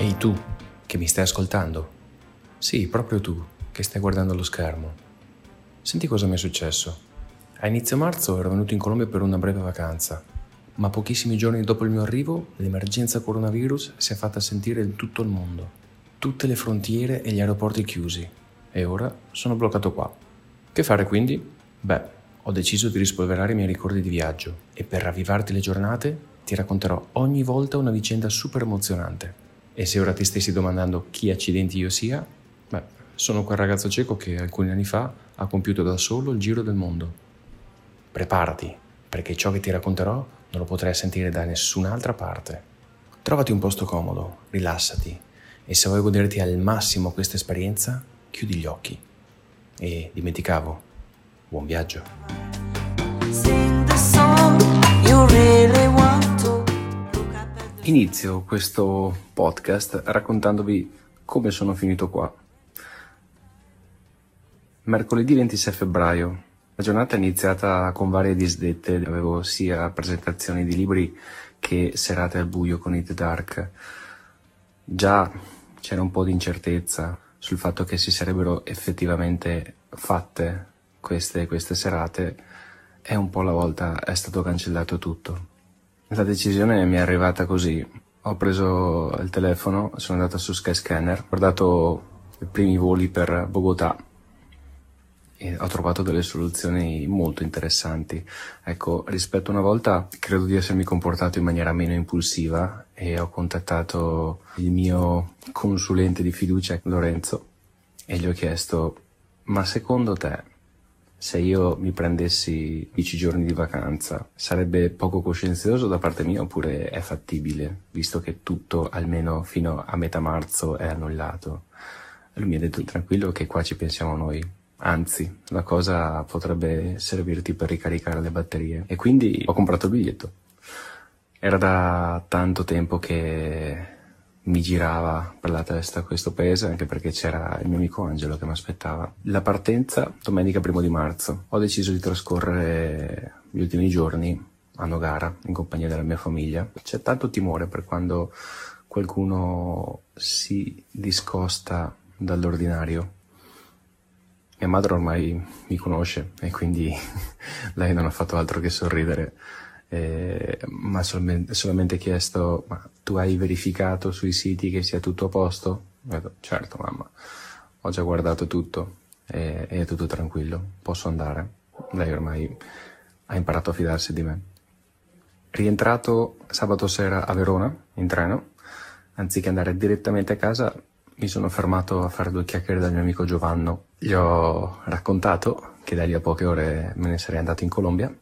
Ehi tu, che mi stai ascoltando? Sì, proprio tu, che stai guardando lo schermo. Senti cosa mi è successo. A inizio marzo ero venuto in Colombia per una breve vacanza, ma pochissimi giorni dopo il mio arrivo, l'emergenza coronavirus si è fatta sentire in tutto il mondo. Tutte le frontiere e gli aeroporti chiusi. E ora sono bloccato qua. Che fare quindi? Beh, ho deciso di rispolverare i miei ricordi di viaggio e per ravvivarti le giornate ti racconterò ogni volta una vicenda super emozionante. E se ora ti stessi domandando chi accidenti io sia, beh, sono quel ragazzo cieco che alcuni anni fa ha compiuto da solo il giro del mondo. Preparati, perché ciò che ti racconterò non lo potrai sentire da nessun'altra parte. Trovati un posto comodo, rilassati e se vuoi goderti al massimo questa esperienza, chiudi gli occhi. E dimenticavo, buon viaggio. Inizio questo podcast raccontandovi come sono finito qua. Mercoledì 26 febbraio. La giornata è iniziata con varie disdette, avevo sia presentazioni di libri che serate al buio con It Dark. Già c'era un po' di incertezza sul fatto che si sarebbero effettivamente fatte queste serate e un po' alla volta è stato cancellato tutto. La decisione mi è arrivata così. Ho preso il telefono, sono andato su Skyscanner, ho guardato i primi voli per Bogotà e ho trovato delle soluzioni molto interessanti. Ecco, rispetto a una volta credo di essermi comportato in maniera meno impulsiva e ho contattato il mio consulente di fiducia, Lorenzo, e gli ho chiesto: ma secondo te, se io mi prendessi 10 giorni di vacanza, sarebbe poco coscienzioso da parte mia oppure è fattibile, visto che tutto, almeno fino a metà marzo, è annullato? E lui mi ha detto: tranquillo che qua ci pensiamo noi. Anzi, la cosa potrebbe servirti per ricaricare le batterie. E quindi ho comprato il biglietto. Era da tanto tempo che mi girava per la testa questo paese, anche perché c'era il mio amico Angelo che mi aspettava. La partenza domenica 1 marzo. Ho deciso di trascorrere gli ultimi giorni a Nogara in compagnia della mia famiglia. C'è tanto timore per quando qualcuno si discosta dall'ordinario. Mia madre ormai mi conosce e quindi lei non ha fatto altro che sorridere. Ma solamente chiesto: ma tu hai verificato sui siti che sia tutto a posto? Ho detto: certo mamma, ho già guardato tutto e è tutto tranquillo, posso andare. Lei ormai ha imparato a fidarsi di me. Rientrato sabato sera a Verona in treno, anziché andare direttamente a casa mi sono fermato a fare 2 chiacchiere dal mio amico Giovanno. Gli ho raccontato che da lì a poche ore me ne sarei andato in Colombia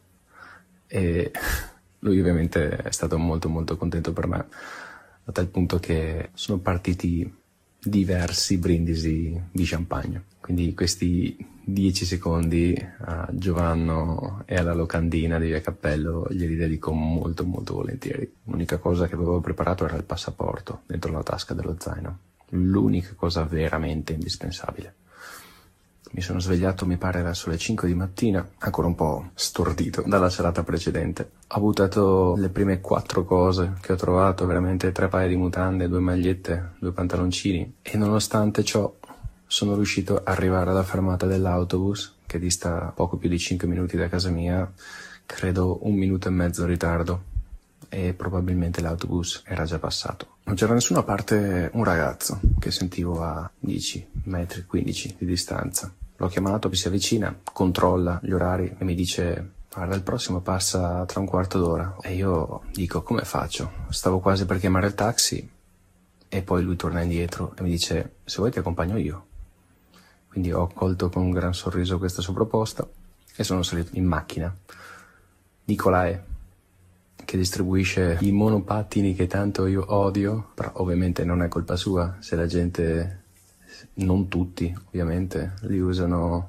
e lui ovviamente è stato molto molto contento per me, a tal punto che sono partiti diversi brindisi di champagne. Quindi questi 10 secondi a Giovanno e alla locandina di Via Cappello glieli dedico molto molto volentieri. L'unica cosa che avevo preparato era il passaporto dentro la tasca dello zaino, l'unica cosa veramente indispensabile. Mi sono svegliato, mi pare, verso le 5 di mattina, ancora un po' stordito dalla serata precedente. Ho buttato le prime 4 cose che ho trovato, veramente 3 paia di mutande, 2 magliette, 2 pantaloncini, e nonostante ciò sono riuscito ad arrivare alla fermata dell'autobus, che dista poco più di 5 minuti da casa mia, credo 1 minuto e mezzo in ritardo, e probabilmente l'autobus era già passato. Non c'era nessuna parte un ragazzo che sentivo a 10 metri, 15 di distanza. L'ho chiamato, mi si avvicina, controlla gli orari e mi dice: guarda, il prossimo passa tra un quarto d'ora. E io dico: come faccio? Stavo quasi per chiamare il taxi e poi lui torna indietro e mi dice: se vuoi ti accompagno io. Quindi ho accolto con un gran sorriso questa sua proposta e sono salito in macchina. Nicolae, che distribuisce i monopattini che tanto io odio, però ovviamente non è colpa sua se la gente, non tutti ovviamente, li usano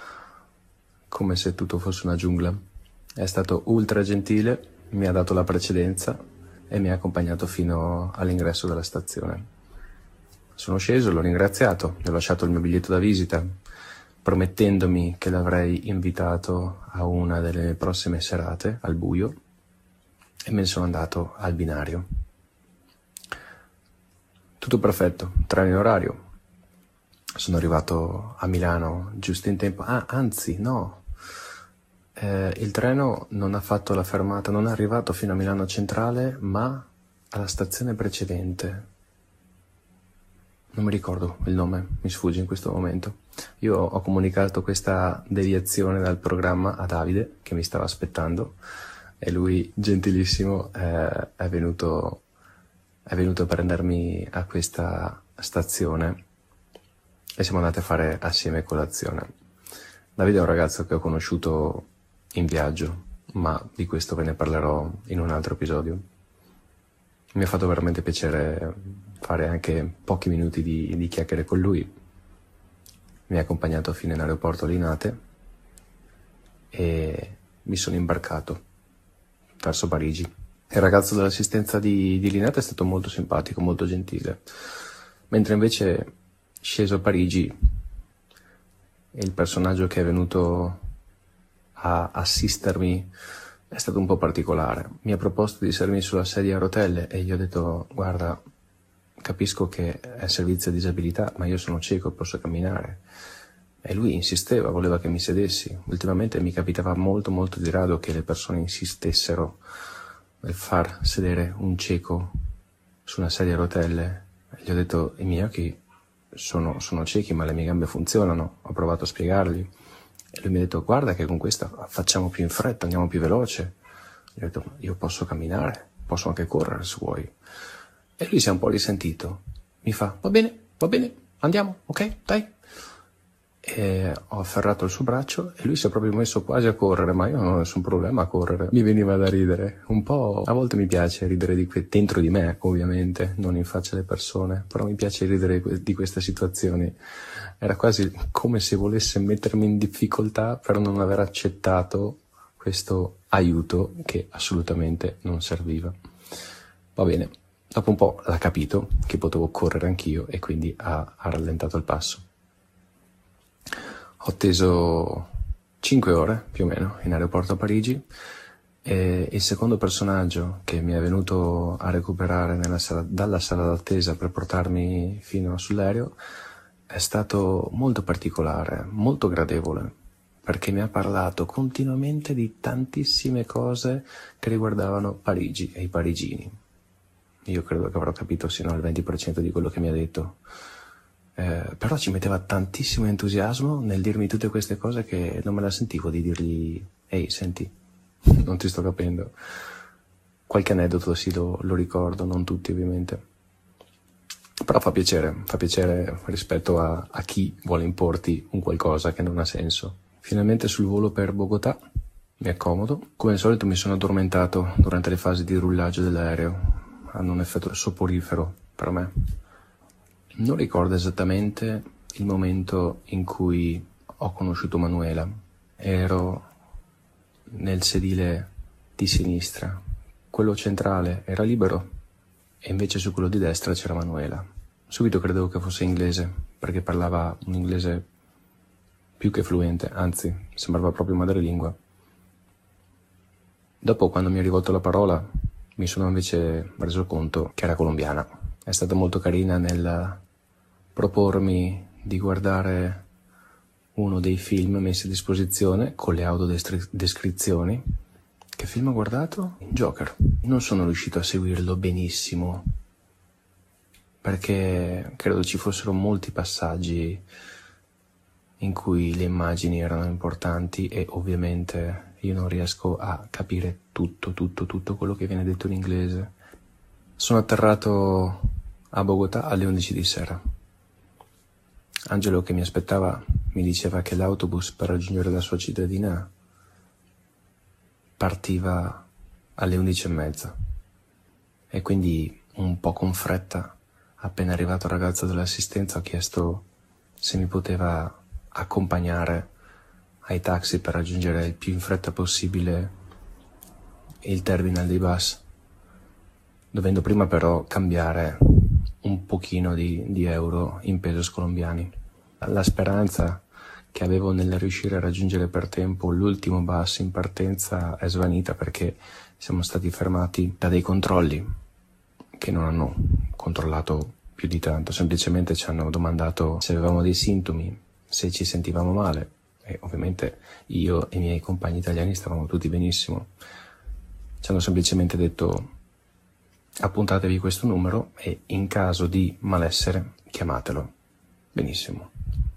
come se tutto fosse una giungla. È stato ultra gentile, mi ha dato la precedenza e mi ha accompagnato fino all'ingresso della stazione. Sono sceso, l'ho ringraziato, gli ho lasciato il mio biglietto da visita, promettendomi che l'avrei invitato a una delle prossime serate al buio, e me ne sono andato al binario. Tutto perfetto, treno in orario. Sono arrivato a Milano giusto in tempo. Anzi, no. Il treno non ha fatto la fermata, non è arrivato fino a Milano Centrale, ma alla stazione precedente. Non mi ricordo il nome, mi sfugge in questo momento. Io ho comunicato questa deviazione dal programma a Davide, che mi stava aspettando, e lui, gentilissimo, è venuto a prendermi a questa stazione e siamo andati a fare assieme colazione. Davide è un ragazzo che ho conosciuto in viaggio, ma di questo ve ne parlerò in un altro episodio. Mi ha fatto veramente piacere fare anche pochi minuti di chiacchiere con lui. Mi ha accompagnato fino in aeroporto Linate e mi sono imbarcato verso Parigi. Il ragazzo dell'assistenza di Linate è stato molto simpatico, molto gentile, mentre invece sceso a Parigi il personaggio che è venuto a assistermi è stato un po' particolare. Mi ha proposto di sedermi sulla sedia a rotelle e gli ho detto: guarda, capisco che è servizio di disabilità, ma io sono cieco e posso camminare. E lui insisteva, voleva che mi sedessi. Ultimamente mi capitava molto di rado che le persone insistessero nel far sedere un cieco su una sedia a rotelle. E gli ho detto: i miei occhi sono ciechi, ma le mie gambe funzionano. Ho provato a spiegargli. E lui mi ha detto: guarda che con questa facciamo più in fretta, andiamo più veloce. Gli ho detto: io posso camminare, posso anche correre se vuoi. E lui si è un po' risentito. Mi fa: va bene, andiamo, ok, dai. E ho afferrato il suo braccio e lui si è proprio messo quasi a correre, ma io non ho nessun problema a correre. Mi veniva da ridere. Un po', a volte mi piace ridere dentro di me, ovviamente, non in faccia alle persone, però mi piace ridere di queste situazioni. Era quasi come se volesse mettermi in difficoltà per non aver accettato questo aiuto che assolutamente non serviva. Va bene, dopo un po' l'ha capito che potevo correre anch'io e quindi ha rallentato il passo. Ho atteso 5 ore più o meno in aeroporto a Parigi e il secondo personaggio che mi è venuto a recuperare dalla sala d'attesa per portarmi fino sull'aereo è stato molto particolare, molto gradevole, perché mi ha parlato continuamente di tantissime cose che riguardavano Parigi e i parigini. Io credo che avrò capito sino al 20% di quello che mi ha detto. Però ci metteva tantissimo entusiasmo nel dirmi tutte queste cose che non me la sentivo di dirgli: ehi, senti, non ti sto capendo. Qualche aneddoto sì lo ricordo, non tutti ovviamente. Però fa piacere rispetto a chi vuole importi un qualcosa che non ha senso. Finalmente sul volo per Bogotà, mi accomodo. Come al solito mi sono addormentato durante le fasi di rullaggio dell'aereo. Hanno un effetto soporifero per me. Non ricordo esattamente il momento in cui ho conosciuto Manuela. Ero nel sedile di sinistra. Quello centrale era libero e invece su quello di destra c'era Manuela. Subito credevo che fosse inglese, perché parlava un inglese più che fluente, anzi, sembrava proprio madrelingua. Dopo, quando mi ha rivolto la parola, mi sono invece reso conto che era colombiana. È stata molto carina nel propormi di guardare uno dei film messi a disposizione con le audiodescrizioni. Che film ho guardato? Joker. Non sono riuscito a seguirlo benissimo perché credo ci fossero molti passaggi in cui le immagini erano importanti e ovviamente io non riesco a capire tutto quello che viene detto in inglese. Sono atterrato a Bogotà alle 11 di sera. Angelo, che mi aspettava, mi diceva che l'autobus per raggiungere la sua cittadina partiva alle 11:30 e quindi un po' con fretta, appena arrivato il ragazzo dell'assistenza, ho chiesto se mi poteva accompagnare ai taxi per raggiungere il più in fretta possibile il terminal dei bus, dovendo prima però cambiare un pochino di euro in pesos colombiani. La speranza che avevo nel riuscire a raggiungere per tempo l'ultimo bus in partenza è svanita, perché siamo stati fermati da dei controlli che non hanno controllato più di tanto, semplicemente ci hanno domandato se avevamo dei sintomi, se ci sentivamo male, e ovviamente io e i miei compagni italiani stavamo tutti benissimo. Ci hanno semplicemente detto: appuntatevi questo numero e in caso di malessere chiamatelo. Benissimo.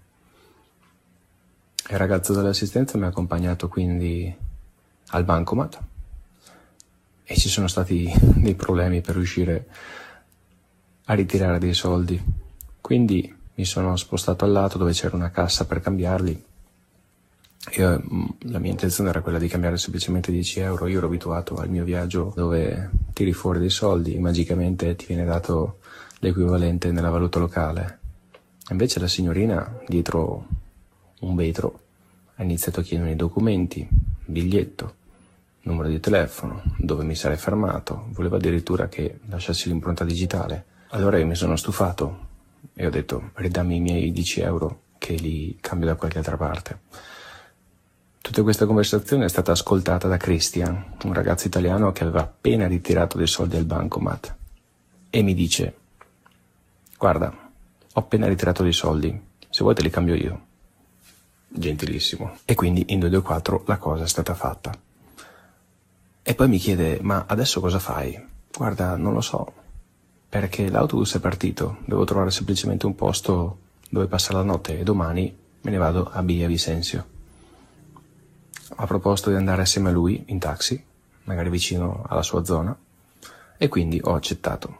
Il ragazzo dell'assistenza mi ha accompagnato quindi al bancomat e ci sono stati dei problemi per riuscire a ritirare dei soldi. Quindi mi sono spostato al lato dove c'era una cassa per cambiarli. La mia intenzione era quella di cambiare semplicemente 10 euro. Io ero abituato al mio viaggio dove tiri fuori dei soldi e magicamente ti viene dato l'equivalente nella valuta locale. Invece la signorina, dietro un vetro, ha iniziato a chiedermi documenti, biglietto, numero di telefono, dove mi sarei fermato. Voleva addirittura che lasciassi l'impronta digitale. Allora io mi sono stufato e ho detto: ridammi i miei 10 euro che li cambio da qualche altra parte. Tutta questa conversazione è stata ascoltata da Christian, un ragazzo italiano che aveva appena ritirato dei soldi al bancomat, e mi dice: guarda, ho appena ritirato dei soldi, se vuoi te li cambio io. Gentilissimo. E quindi in 224 la cosa è stata fatta. E poi mi chiede: ma adesso cosa fai? Guarda, non lo so, perché l'autobus è partito, devo trovare semplicemente un posto dove passare la notte e domani me ne vado a Via Visenzio. Ha proposto di andare assieme a lui in taxi, magari vicino alla sua zona, e quindi ho accettato.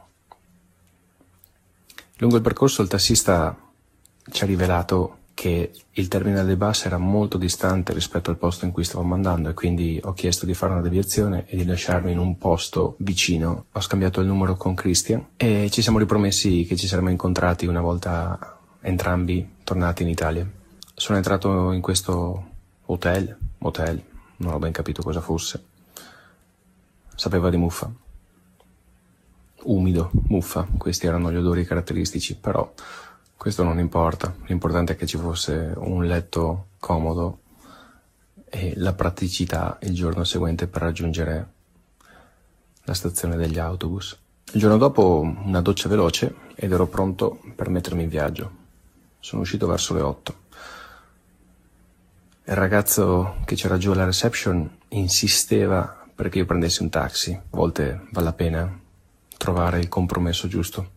Lungo il percorso il tassista ci ha rivelato che il terminal del bus era molto distante rispetto al posto in cui stavamo andando, e quindi ho chiesto di fare una deviazione e di lasciarmi in un posto vicino. Ho scambiato il numero con Christian e ci siamo ripromessi che ci saremmo incontrati una volta entrambi tornati in Italia. Sono entrato in questo motel, non ho ben capito cosa fosse. Sapeva di muffa. Umido, muffa, questi erano gli odori caratteristici, però questo non importa. L'importante è che ci fosse un letto comodo e la praticità il giorno seguente per raggiungere la stazione degli autobus. Il giorno dopo una doccia veloce ed ero pronto per mettermi in viaggio. Sono uscito verso le 8. Il ragazzo che c'era giù alla reception insisteva perché io prendessi un taxi. A volte vale la pena trovare il compromesso giusto.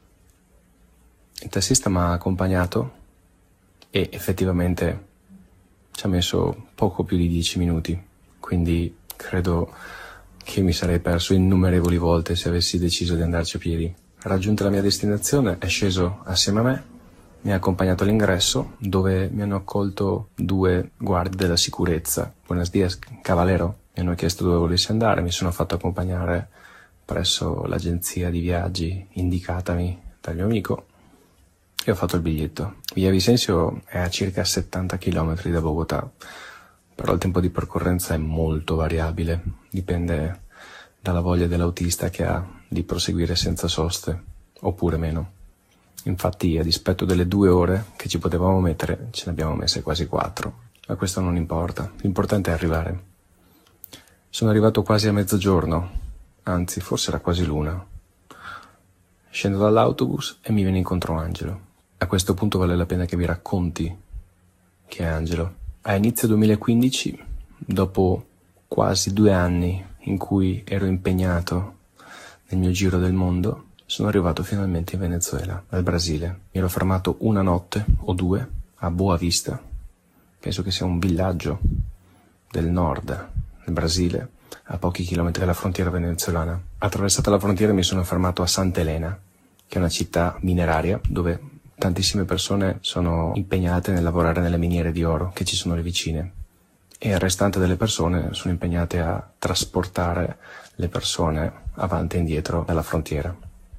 Il tassista mi ha accompagnato e effettivamente ci ha messo poco più di 10 minuti, quindi credo che mi sarei perso innumerevoli volte se avessi deciso di andarci a piedi. Raggiunta la mia destinazione è sceso assieme a me, mi ha accompagnato all'ingresso dove mi hanno accolto 2 guardie della sicurezza. Buenos dias, cavallero. Mi hanno chiesto dove volessi andare, mi sono fatto accompagnare presso l'agenzia di viaggi indicatami dal mio amico e ho fatto il biglietto. Via Visenzio è a circa 70 km da Bogotà, però il tempo di percorrenza è molto variabile, dipende dalla voglia dell'autista che ha di proseguire senza soste, oppure meno. Infatti, a dispetto delle 2 ore che ci potevamo mettere, ce ne abbiamo messe quasi 4. Ma questo non importa, l'importante è arrivare. Sono arrivato quasi a mezzogiorno, anzi forse era quasi l'1. Scendo dall'autobus e mi viene incontro Angelo. A questo punto vale la pena che vi racconti chi è Angelo. A inizio 2015, dopo quasi 2 anni in cui ero impegnato nel mio giro del mondo, sono arrivato finalmente in Venezuela, al Brasile. Mi ero fermato una notte o 2 a Boa Vista. Penso che sia un villaggio del nord del Brasile, a pochi chilometri dalla frontiera venezuelana. Attraversata la frontiera mi sono fermato a Santa Elena, che è una città mineraria dove tantissime persone sono impegnate nel lavorare nelle miniere di oro che ci sono lì vicine, e il restante delle persone sono impegnate a trasportare le persone avanti e indietro dalla frontiera.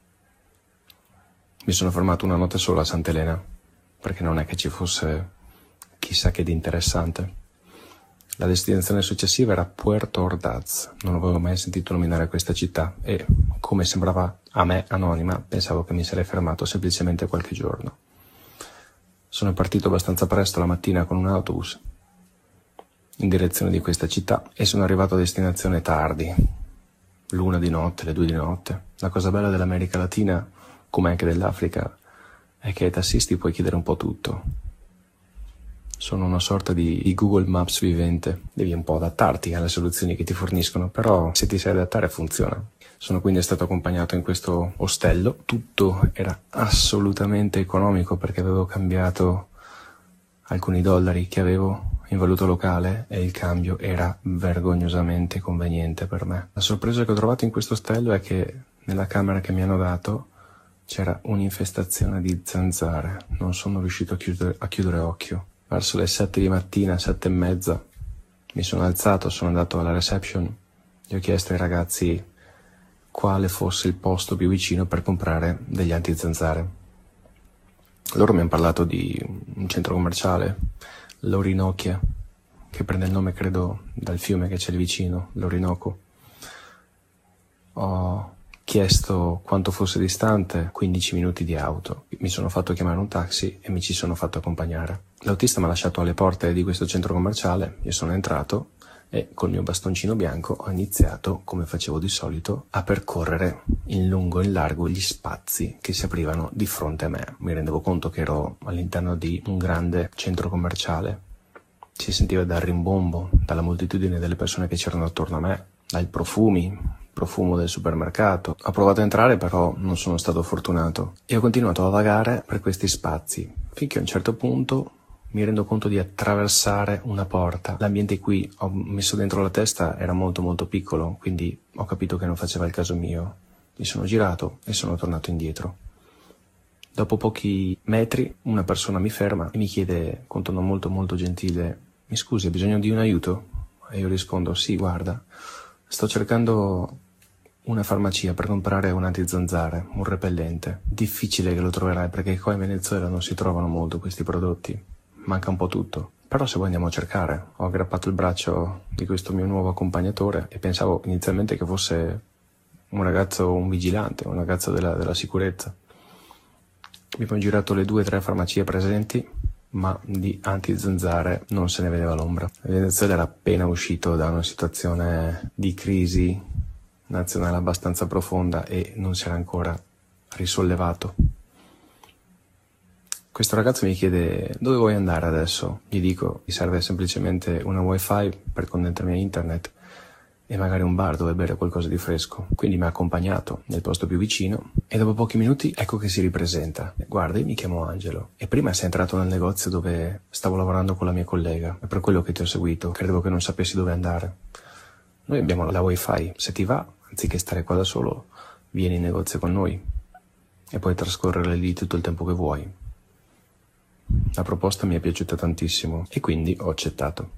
Mi sono fermato una notte sola a Santa Elena, perché non è che ci fosse chissà che di interessante. La destinazione successiva era Puerto Ordaz. Non avevo mai sentito nominare questa città e, come sembrava a me anonima, pensavo che mi sarei fermato semplicemente qualche giorno. Sono partito abbastanza presto la mattina con un autobus in direzione di questa città e sono arrivato a destinazione tardi, l'1 di notte, le 2 di notte. La cosa bella dell'America Latina come anche dell'Africa, è che ai tassisti puoi chiedere un po' tutto. Sono una sorta di Google Maps vivente. Devi un po' adattarti alle soluzioni che ti forniscono, però se ti sai adattare funziona. Sono quindi stato accompagnato in questo ostello. Tutto era assolutamente economico perché avevo cambiato alcuni dollari che avevo in valuta locale e il cambio era vergognosamente conveniente per me. La sorpresa che ho trovato in questo ostello è che nella camera che mi hanno dato c'era un'infestazione di zanzare. Non sono riuscito a chiudere occhio. Verso le 7 di mattina, 7:30, mi sono alzato, sono andato alla reception e ho chiesto ai ragazzi quale fosse il posto più vicino per comprare degli antizanzare. Loro mi hanno parlato di un centro commerciale, l'Orinoquia, che prende il nome credo dal fiume che c'è lì vicino, l'Orinoco. Ho chiesto quanto fosse distante, 15 minuti di auto. Mi sono fatto chiamare un taxi e mi ci sono fatto accompagnare. L'autista mi ha lasciato alle porte di questo centro commerciale, io sono entrato e col mio bastoncino bianco ho iniziato, come facevo di solito, a percorrere in lungo e in largo gli spazi che si aprivano di fronte a me. Mi rendevo conto che ero all'interno di un grande centro commerciale. Si sentiva dal rimbombo, dalla moltitudine delle persone che c'erano attorno a me, dai profumo del supermercato. Ho provato a entrare, però non sono stato fortunato e ho continuato a vagare per questi spazi finché a un certo punto mi rendo conto di attraversare una porta. L'ambiente in cui ho messo dentro la testa era molto molto piccolo, quindi ho capito che non faceva il caso mio. Mi sono girato e sono tornato indietro. Dopo pochi metri una persona mi ferma e mi chiede con tono molto molto gentile: mi scusi, hai bisogno di un aiuto? E io rispondo: sì, guarda, sto cercando una farmacia per comprare un antizanzare, un repellente. Difficile che lo troverai perché qua in Venezuela non si trovano molto questi prodotti. Manca un po' tutto. Però se vuoi andiamo a cercare. Ho aggrappato il braccio di questo mio nuovo accompagnatore e pensavo inizialmente che fosse un ragazzo, un vigilante, un ragazzo della sicurezza. Abbiamo girato le 2 o 3 farmacie presenti, ma di antizanzare non se ne vedeva l'ombra. Il Venezuela era appena uscito da una situazione di crisi nazionale abbastanza profonda e non si era ancora risollevato. Questo ragazzo mi chiede: dove vuoi andare adesso? Gli dico: mi serve semplicemente una wifi per connettermi a internet e magari un bar dove bere qualcosa di fresco. Quindi mi ha accompagnato nel posto più vicino e dopo pochi minuti ecco che si ripresenta. Guarda, io mi chiamo Angelo e prima sei entrato nel negozio dove stavo lavorando con la mia collega, è per quello che ti ho seguito, credevo che non sapessi dove andare. Noi abbiamo la wifi, se ti va, anziché stare qua da solo, vieni in negozio con noi e puoi trascorrere lì tutto il tempo che vuoi. La proposta mi è piaciuta tantissimo e quindi ho accettato.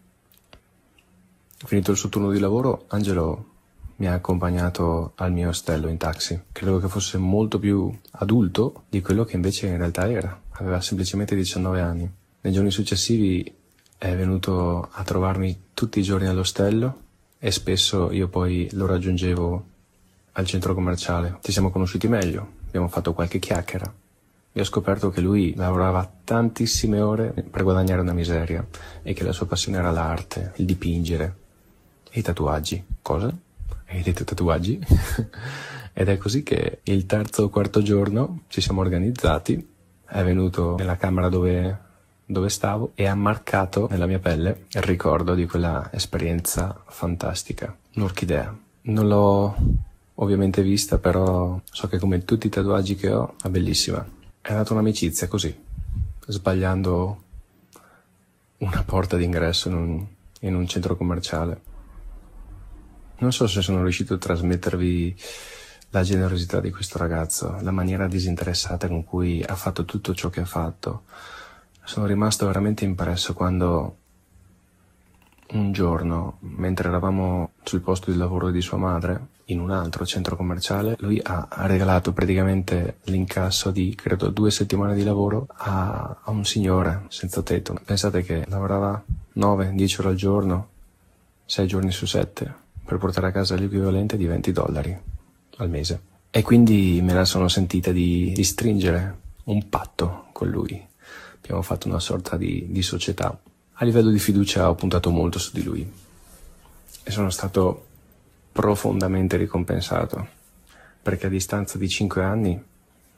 Finito il suo turno di lavoro, Angelo mi ha accompagnato al mio ostello in taxi. Credo che fosse molto più adulto di quello che invece in realtà era. Aveva semplicemente 19 anni. Nei giorni successivi è venuto a trovarmi tutti i giorni all'ostello e spesso io poi lo raggiungevo al centro commerciale. Ci siamo conosciuti meglio, abbiamo fatto qualche chiacchiera. E ho scoperto che lui lavorava tantissime ore per guadagnare una miseria e che la sua passione era l'arte, il dipingere e i tatuaggi. Cosa? Hai detto tatuaggi? Ed è così che il 3° o 4° giorno ci siamo organizzati, è venuto nella camera dove stavo e ha marcato nella mia pelle il ricordo di quella esperienza fantastica. Un'orchidea. Non l'ho ovviamente vista, però so che come tutti i tatuaggi che ho, è bellissima. È nata un'amicizia così, sbagliando una porta d'ingresso in un centro commerciale. Non so se sono riuscito a trasmettervi la generosità di questo ragazzo, la maniera disinteressata con cui ha fatto tutto ciò che ha fatto. Sono rimasto veramente impresso quando un giorno, mentre eravamo sul posto di lavoro di sua madre, in un altro centro commerciale, lui ha regalato praticamente l'incasso di, credo, 2 settimane di lavoro a un signore senza tetto. Pensate che lavorava 9-10 ore al giorno, 6 giorni su 7, per portare a casa l'equivalente di $20 al mese. E quindi me la sono sentita di stringere un patto con lui. Abbiamo fatto una sorta di società. A livello di fiducia ho puntato molto su di lui e sono stato profondamente ricompensato, perché a distanza di 5 anni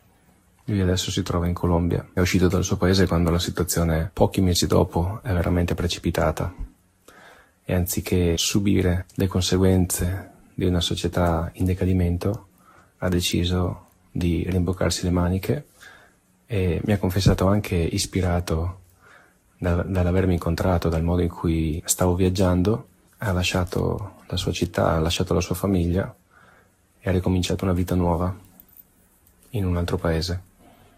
Lui adesso si trova in Colombia. È uscito dal suo paese quando la situazione, pochi mesi dopo, è veramente precipitata. E anziché subire le conseguenze di una società in decadimento, ha deciso di rimboccarsi le maniche e mi ha confessato anche ispirato dall'avermi incontrato, dal modo in cui stavo viaggiando. Ha lasciato la sua città, ha lasciato la sua famiglia e ha ricominciato una vita nuova in un altro paese.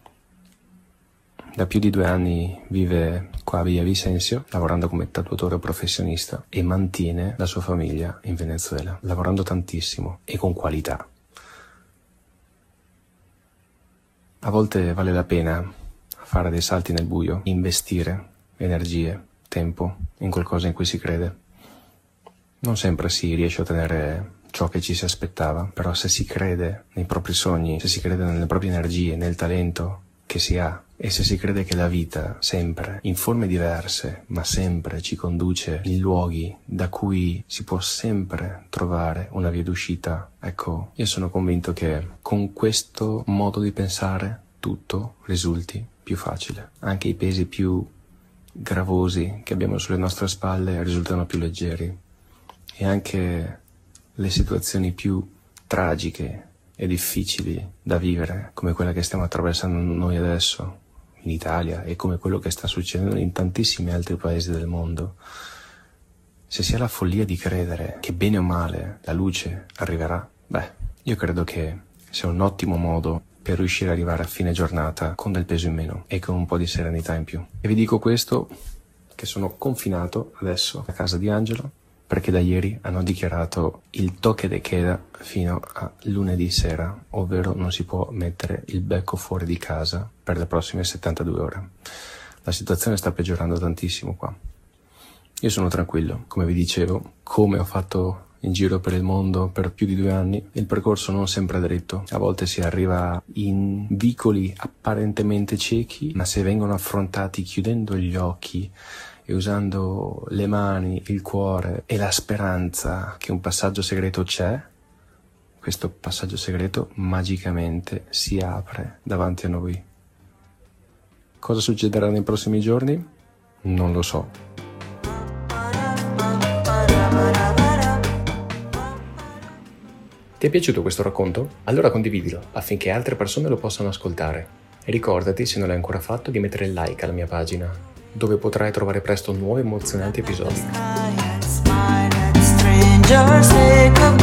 Da più di 2 anni vive qua a Via Vicencio, lavorando come tatuatore professionista, e mantiene la sua famiglia in Venezuela, lavorando tantissimo e con qualità. A volte vale la pena fare dei salti nel buio, investire energie, tempo in qualcosa in cui si crede. Non sempre si riesce a ottenere ciò che ci si aspettava, però se si crede nei propri sogni, se si crede nelle proprie energie, nel talento che si ha, e se si crede che la vita sempre, in forme diverse, ma sempre ci conduce in luoghi da cui si può sempre trovare una via d'uscita, ecco, io sono convinto che con questo modo di pensare tutto risulti più facile. Anche i pesi più gravosi che abbiamo sulle nostre spalle risultano più leggeri, e anche le situazioni più tragiche e difficili da vivere, come quella che stiamo attraversando noi adesso in Italia e come quello che sta succedendo in tantissimi altri paesi del mondo, se si ha la follia di credere che bene o male la luce arriverà, io credo che sia un ottimo modo per riuscire ad arrivare a fine giornata con del peso in meno e con un po' di serenità in più. E vi dico questo, che sono confinato adesso a casa di Angelo, perché da ieri hanno dichiarato il toque de queda fino a lunedì sera, ovvero non si può mettere il becco fuori di casa per le prossime 72 ore. La situazione sta peggiorando tantissimo qua. Io sono tranquillo, come vi dicevo, come ho fatto in giro per il mondo per più di 2 anni, il percorso non sempre è dritto. A volte si arriva in vicoli apparentemente ciechi, ma se vengono affrontati chiudendo gli occhi e usando le mani, il cuore e la speranza che un passaggio segreto c'è, questo passaggio segreto magicamente si apre davanti a noi. Cosa succederà nei prossimi giorni? Non lo so. Ti è piaciuto questo racconto? Allora condividilo affinché altre persone lo possano ascoltare. E ricordati, se non l'hai ancora fatto, di mettere il like alla mia pagina, dove potrai trovare presto nuovi emozionanti episodi.